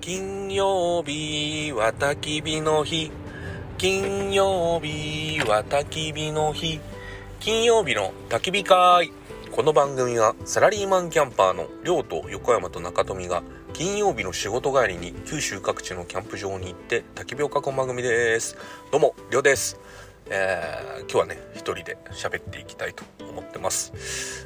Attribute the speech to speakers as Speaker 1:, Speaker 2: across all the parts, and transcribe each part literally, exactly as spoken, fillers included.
Speaker 1: 金曜日は焚き火の日、金曜日は焚き火の日、金曜日の焚き火会。この番組はサラリーマンキャンパーの亮と横山と中富が金曜日の仕事帰りに九州各地のキャンプ場に行って焚き火を囲む番組です。どうも亮です。えー、今日はね一人で喋っていきたいと思ってます。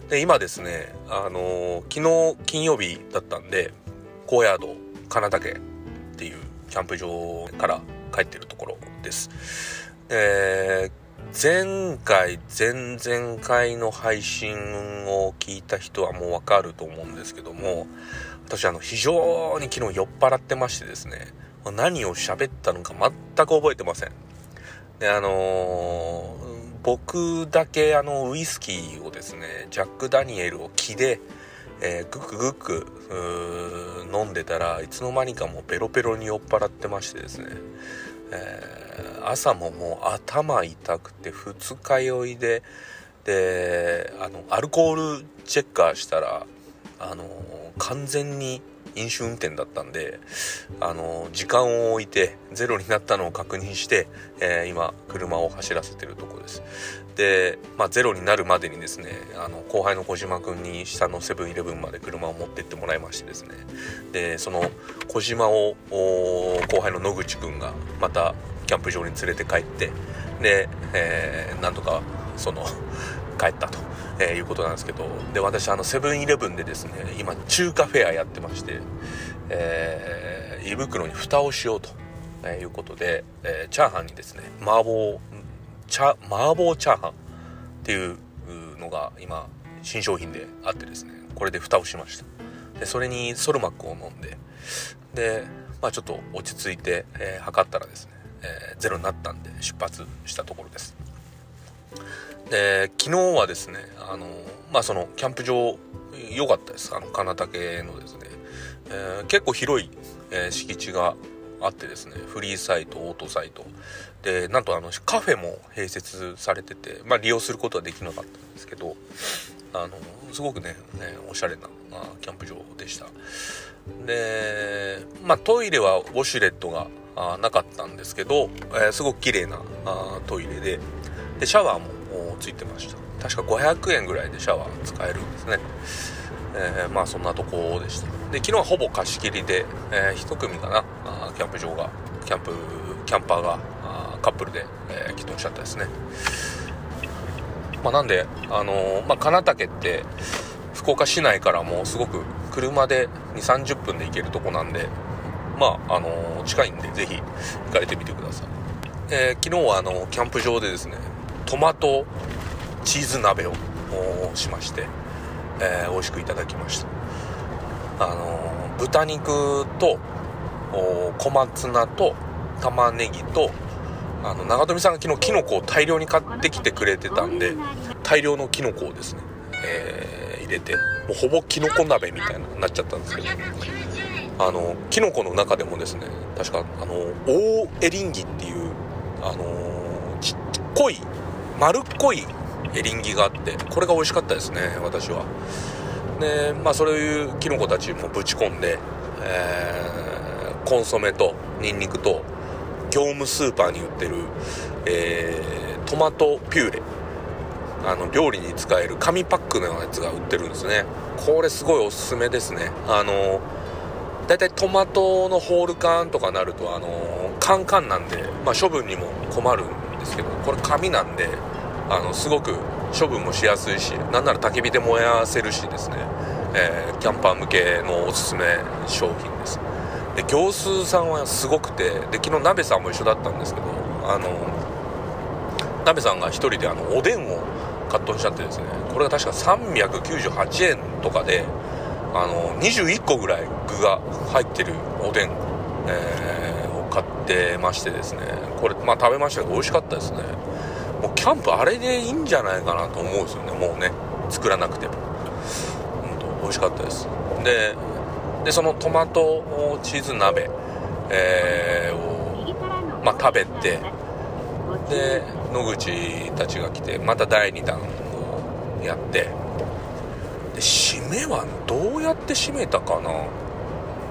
Speaker 1: で今ですねあのー、昨日金曜日だったんで高野道金岳っていうキャンプ場から帰ってるところです。えー前回前々回の配信を聞いた人はもうわかると思うんですけども、私あの非常に昨日酔っ払ってましてですね、何を喋ったのか全く覚えてません。であのー、僕だけあのウイスキーをですねジャックダニエルを木で、えー、グクグク飲んでたらいつの間にかもうペロペロに酔っ払ってましてですね、えー、朝ももう頭痛くて二日酔いでであのアルコールチェッカーしたらあの完全に飲酒運転だったんで、あの時間を置いてゼロになったのを確認して、えー、今車を走らせてるところです。で、まあ、ゼロになるまでにですねあの後輩の小島くんに下のセブンイレブンまで車を持ってってもらいましてですね、でその小島を後輩の野口くんがまたキャンプ場に連れて帰ってで、えー、なんとかその帰ったと、えー、いうことなんですけど、で私あのセブンイレブンでですね今中華フェアやってまして、えー、胃袋に蓋をしようと、えー、いうことで、えー、チャーハンにですね麻婆チャ麻婆チャーハンっていうのが今新商品であってですね、これで蓋をしました。でそれにソルマックを飲んでで、まあ、ちょっと落ち着いて、えー、測ったらですね、えー、ゼロになったんで出発したところです。で昨日はですねあのまあそのキャンプ場良かったです。あの金岳のですね、えー、結構広い、えー、敷地があってですね、フリーサイトオートサイトでなんとあのカフェも併設されてて、まあ利用することはできなかったんですけど、あのすごくね、ねおしゃれな、まあ、キャンプ場でした。でまあトイレはウォシュレットがあなかったんですけど、えー、すごく綺麗なあトイレででシャワーもついてました。確かごひゃくえんぐらいでシャワー使えるんですね。えー、まあそんなとこでした。で昨日はほぼ貸し切りで、えー、一組かなあキャンプ場がキャンプキャンパーがあーカップルで、えー、来ておっしゃったですね。まあなんであのー、まあ金岳って福岡市内からもすごく車でにじゅうさんじゅっぷんで行けるとこなんで、まああのー、近いんでぜひ行かれてみてください。えー、昨日はあのキャンプ場でですねトマトチーズ鍋をしまして、えー、美味しくいただきました。あのー、豚肉と小松菜と玉ねぎとあの長富さんが昨日キノコを大量に買ってきてくれてたんで大量のキノコをですね、えー、入れてもうほぼキノコ鍋みたいになっちゃったんですけど、あのキノコの中でもですね確かあの大エリンギっていうあのー、ちっこい丸っこいエリンギがあってこれが美味しかったですね私は。でまあそういうキノコたちもぶち込んで、えー、コンソメとニンニクと業務スーパーに売ってる、えー、トマトピューレあの料理に使える紙パックのようなやつが売ってるんですね。これすごいおすすめですね。あのだいたいトマトのホール缶とかなるとあのカンカンなんで、まあ、処分にも困るんですけどこれ紙なんであのすごく処分もしやすいしなんなら焚き火で燃やせるしですね、えー、キャンパー向けのおすすめ商品です。で業スーさんはすごくてで昨日鍋さんも一緒だったんですけどあの鍋さんが一人であのおでんを買っとんしゃってですねこれが確かさんびゃくきゅうじゅうはちえんとかであのにじゅういっこぐらい具が入ってるおでん、えー、を買ってましてですねこれまあ食べましたけど美味しかったですね。もうキャンプあれでいいんじゃないかなと思うんですよね。もうね作らなくても本当美味しかったです。ででそのトマトチーズ鍋、えー、を、まあ、食べてで野口たちが来てまただいにだんをやってで締めはどうやって締めたかな。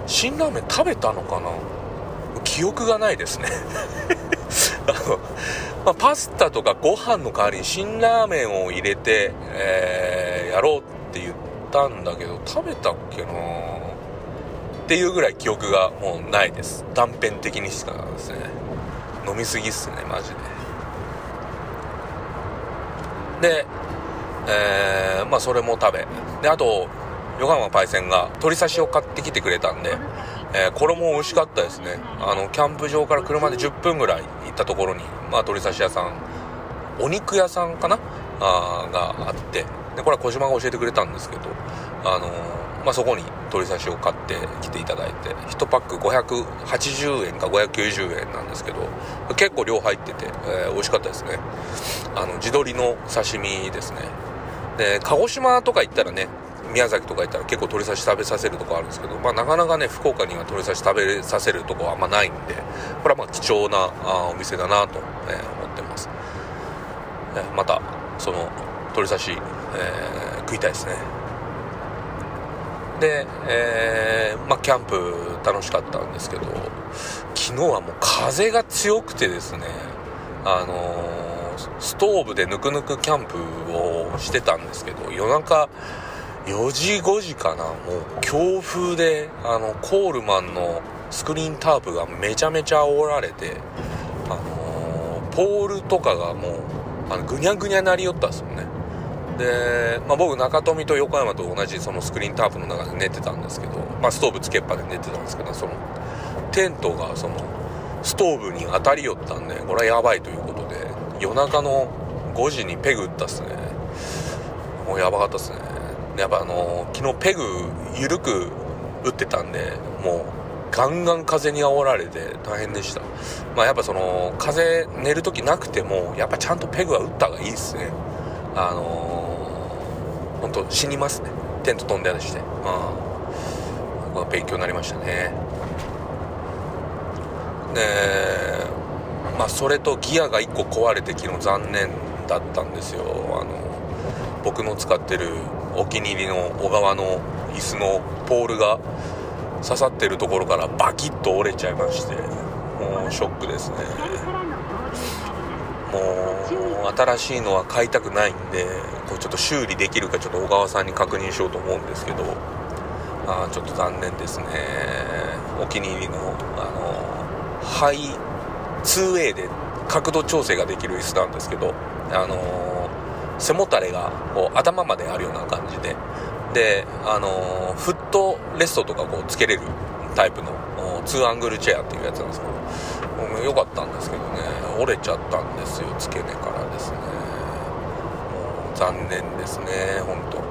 Speaker 1: 辛ラーメン食べたのかな、記憶がないですねあの、まあ、パスタとかご飯の代わりに辛ラーメンを入れて、えー、やろうって言ったんだけど食べたっけなっていうぐらい記憶がもうないです。断片的にしかですね。飲みすぎっすねマジで。で、えー、まあそれも食べで、あと横浜パイセンが鶏刺しを買ってきてくれたんで、えー、これも美味しかったですね。あのキャンプ場から車でじゅっぷんぐらい行ったところに、まあ、鶏刺し屋さん、お肉屋さんかなあがあって、でこれは小島が教えてくれたんですけど、あのーまあ、そこに鶏刺しを買ってきていただいて、いちパックごひゃくはちじゅうえんかごひゃくきゅうじゅうえんなんですけど、結構量入ってて、えー、美味しかったですね。あの地鶏の刺身ですね。で鹿児島とか行ったらね、宮崎とか行ったら結構鶏刺し食べさせるとこあるんですけど、まあ、なかなかね福岡には鶏刺し食べさせるとこはあんまないんで、これはまあ貴重なあお店だなと、えー、思ってます。えー、またその鶏刺し、えー、食いたいですね。で、えーまあ、キャンプ楽しかったんですけど、昨日はもう風が強くてですね、あのー、ストーブでぬくぬくキャンプをしてたんですけど、夜中よじごじかな、もう強風であのコールマンのスクリーンタープがめちゃめちゃ煽られて、あのー、ポールとかがもうあのぐにゃぐにゃ鳴りよったんですよね。で、まあ、僕中富と横山と同じそのスクリーンタープの中で寝てたんですけど、まあ、ストーブつけっぱで寝てたんですけど、そのテントがそのストーブに当たりよったんで、これはやばいということで夜中のごじにペグ打ったっすね。もうやばかったっすね。やっぱあのー、昨日ペグ緩く打ってたんで、もうガンガン風に煽られて大変でした。まあやっぱその風寝るときなくてもやっぱちゃんとペグは打った方がいいっすね。あのー本当死にますね、テント飛んでやるして。ああ、勉強になりましたね。で、まあそれとギアがいっこ壊れて昨日残念だったんですよ。あの僕の使ってるお気に入りの小川の椅子のポールが刺さってるところからバキッと折れちゃいまして、もうショックですね。もう新しいのは買いたくないんで、これちょっと修理できるかちょっと小川さんに確認しようと思うんですけど、あちょっと残念ですね。お気に入りのあのハイ ツーエー で角度調整ができる椅子なんですけど、あの背もたれがこう頭まであるような感じで、であのフットレストとかこうつけれるタイプのツーアングルチェアっていうやつなんですけど、良かったんですけどね、折れちゃったんですよ、付け根からですね。もう残念ですね、本当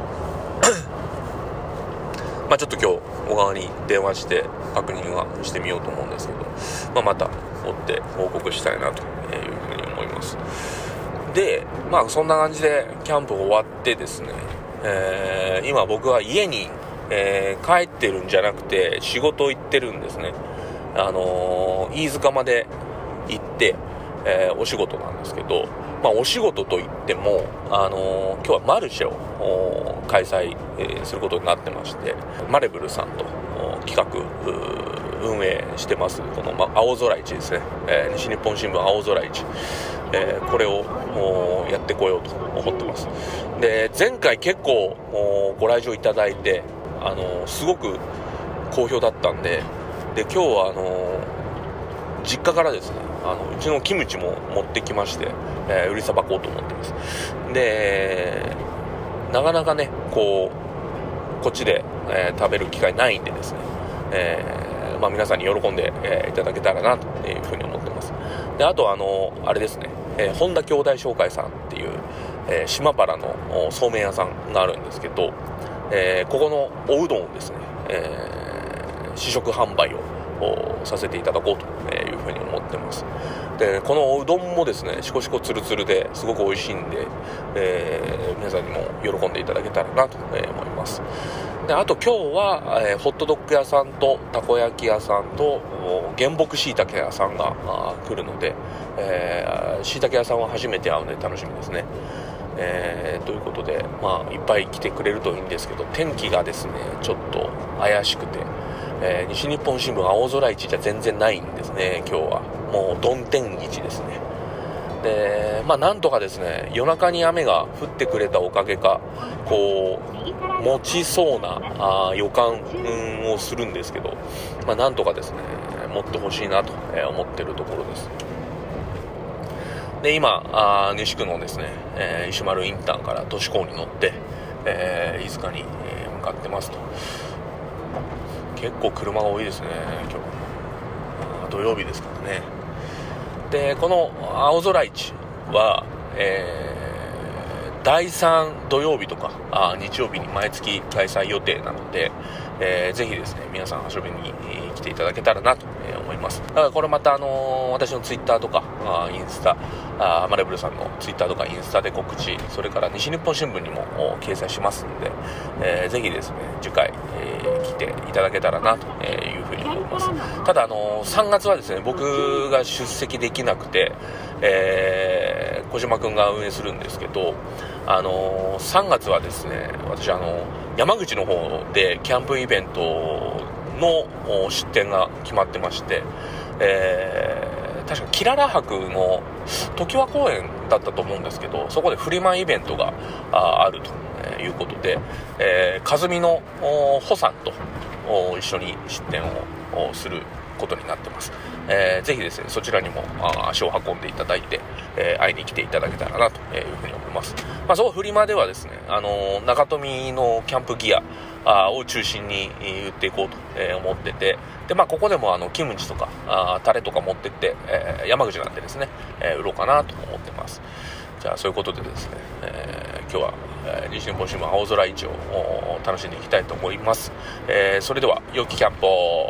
Speaker 1: まあちょっと今日小川に電話して確認はしてみようと思うんですけど、まあ、また追って報告したいなというふうに思います。で、まあそんな感じでキャンプ終わってですね、えー、今僕は家に、えー、帰ってるんじゃなくて仕事行ってるんですね。あのー、飯塚まで行って、えー、お仕事なんですけど、まあ、お仕事といっても、あのー、今日はマルシェを開催、えー、することになってまして、マレブルさんと企画運営してますこの、まあ、青空市ですね、えー、西日本新聞青空市、えー、これをやってこようと思ってます。で、前回結構ご来場いただいて、あのー、すごく好評だったんで、で今日はあのー、実家からですね、あのうちのキムチも持ってきまして、えー、売りさばこうと思ってます。で、なかなかねこうこっちで、えー、食べる機会ないんでですね、えーまあ、皆さんに喜んで、えー、いただけたらなというふうに思ってます。で、あとあのあれですね、えー、本田兄弟商会さんっていう、えー、島原のそうめん屋さんがあるんですけど、えー、ここのおうどんをですね、えー試食販売をさせていただこうというふうに思ってます。で、このおうどんもですね、シコシコツルツルですごく美味しいんで、えー、皆さんにも喜んでいただけたらなと思います。で、あと今日は、えー、ホットドッグ屋さんとたこ焼き屋さんと原木しいたけ屋さんが来るので、しいたけ屋さんは初めて会うので楽しみですね。えー、ということで、まあ、いっぱい来てくれるといいんですけど、天気がですねちょっと怪しくて、 えー、西日本新聞青空市じゃ全然ないんですね。今日はもうどん天市ですね。で、まあなんとかですね、夜中に雨が降ってくれたおかげか、こう持ちそうなあ予感、うん、をするんですけど、まあなんとかですね持ってほしいなと思ってるところです。で、今あ西区のですね、えー、石丸インターから都市高に乗って、えー、飯塚に、えー、向かってますと。結構車が多いですね今日。土曜日ですからね。で、この青空市は、えー、だいさん土曜日とかあ日曜日に毎月開催予定なので、えー、ぜひですね皆さん遊びに来ていただけたらなと思います。だからこれまた、あのー、私のツイッターとかあインスタあマレブルさんのツイッターとかインスタで告知、それから西日本新聞にも掲載しますので、えー、ぜひですね次回、えー、来ていただけたらなというふうに思います。ただ、あのー、さんがつはですね僕が出席できなくて、えー、小島くんが運営するんですけど、あのー、さんがつはですね私、あのー、山口の方でキャンプイベントの出展が決まってまして、えー、確かキララ博の常盤公園だったと思うんですけど、そこでフリマイベントが あ, あるということで、えー、かずみのホさんと一緒に出展をすることになってます。えー、ぜひですねそちらにも足を運んでいただいて、えー、会いに来ていただけたらなというふうに思います。まあ、そこフリマではですね、あのー、中富のキャンプギアを中心に売っていこうと思ってて、で、まあ、ここでもあのキムチとかあタレとか持ってって、えー、山口なんでですね、えー、売ろうかなと思ってます。じゃあそういうことでですね、えー、今日は、えー、西日本新聞青空市を楽しんでいきたいと思います。えー、それでは良きキャンプを。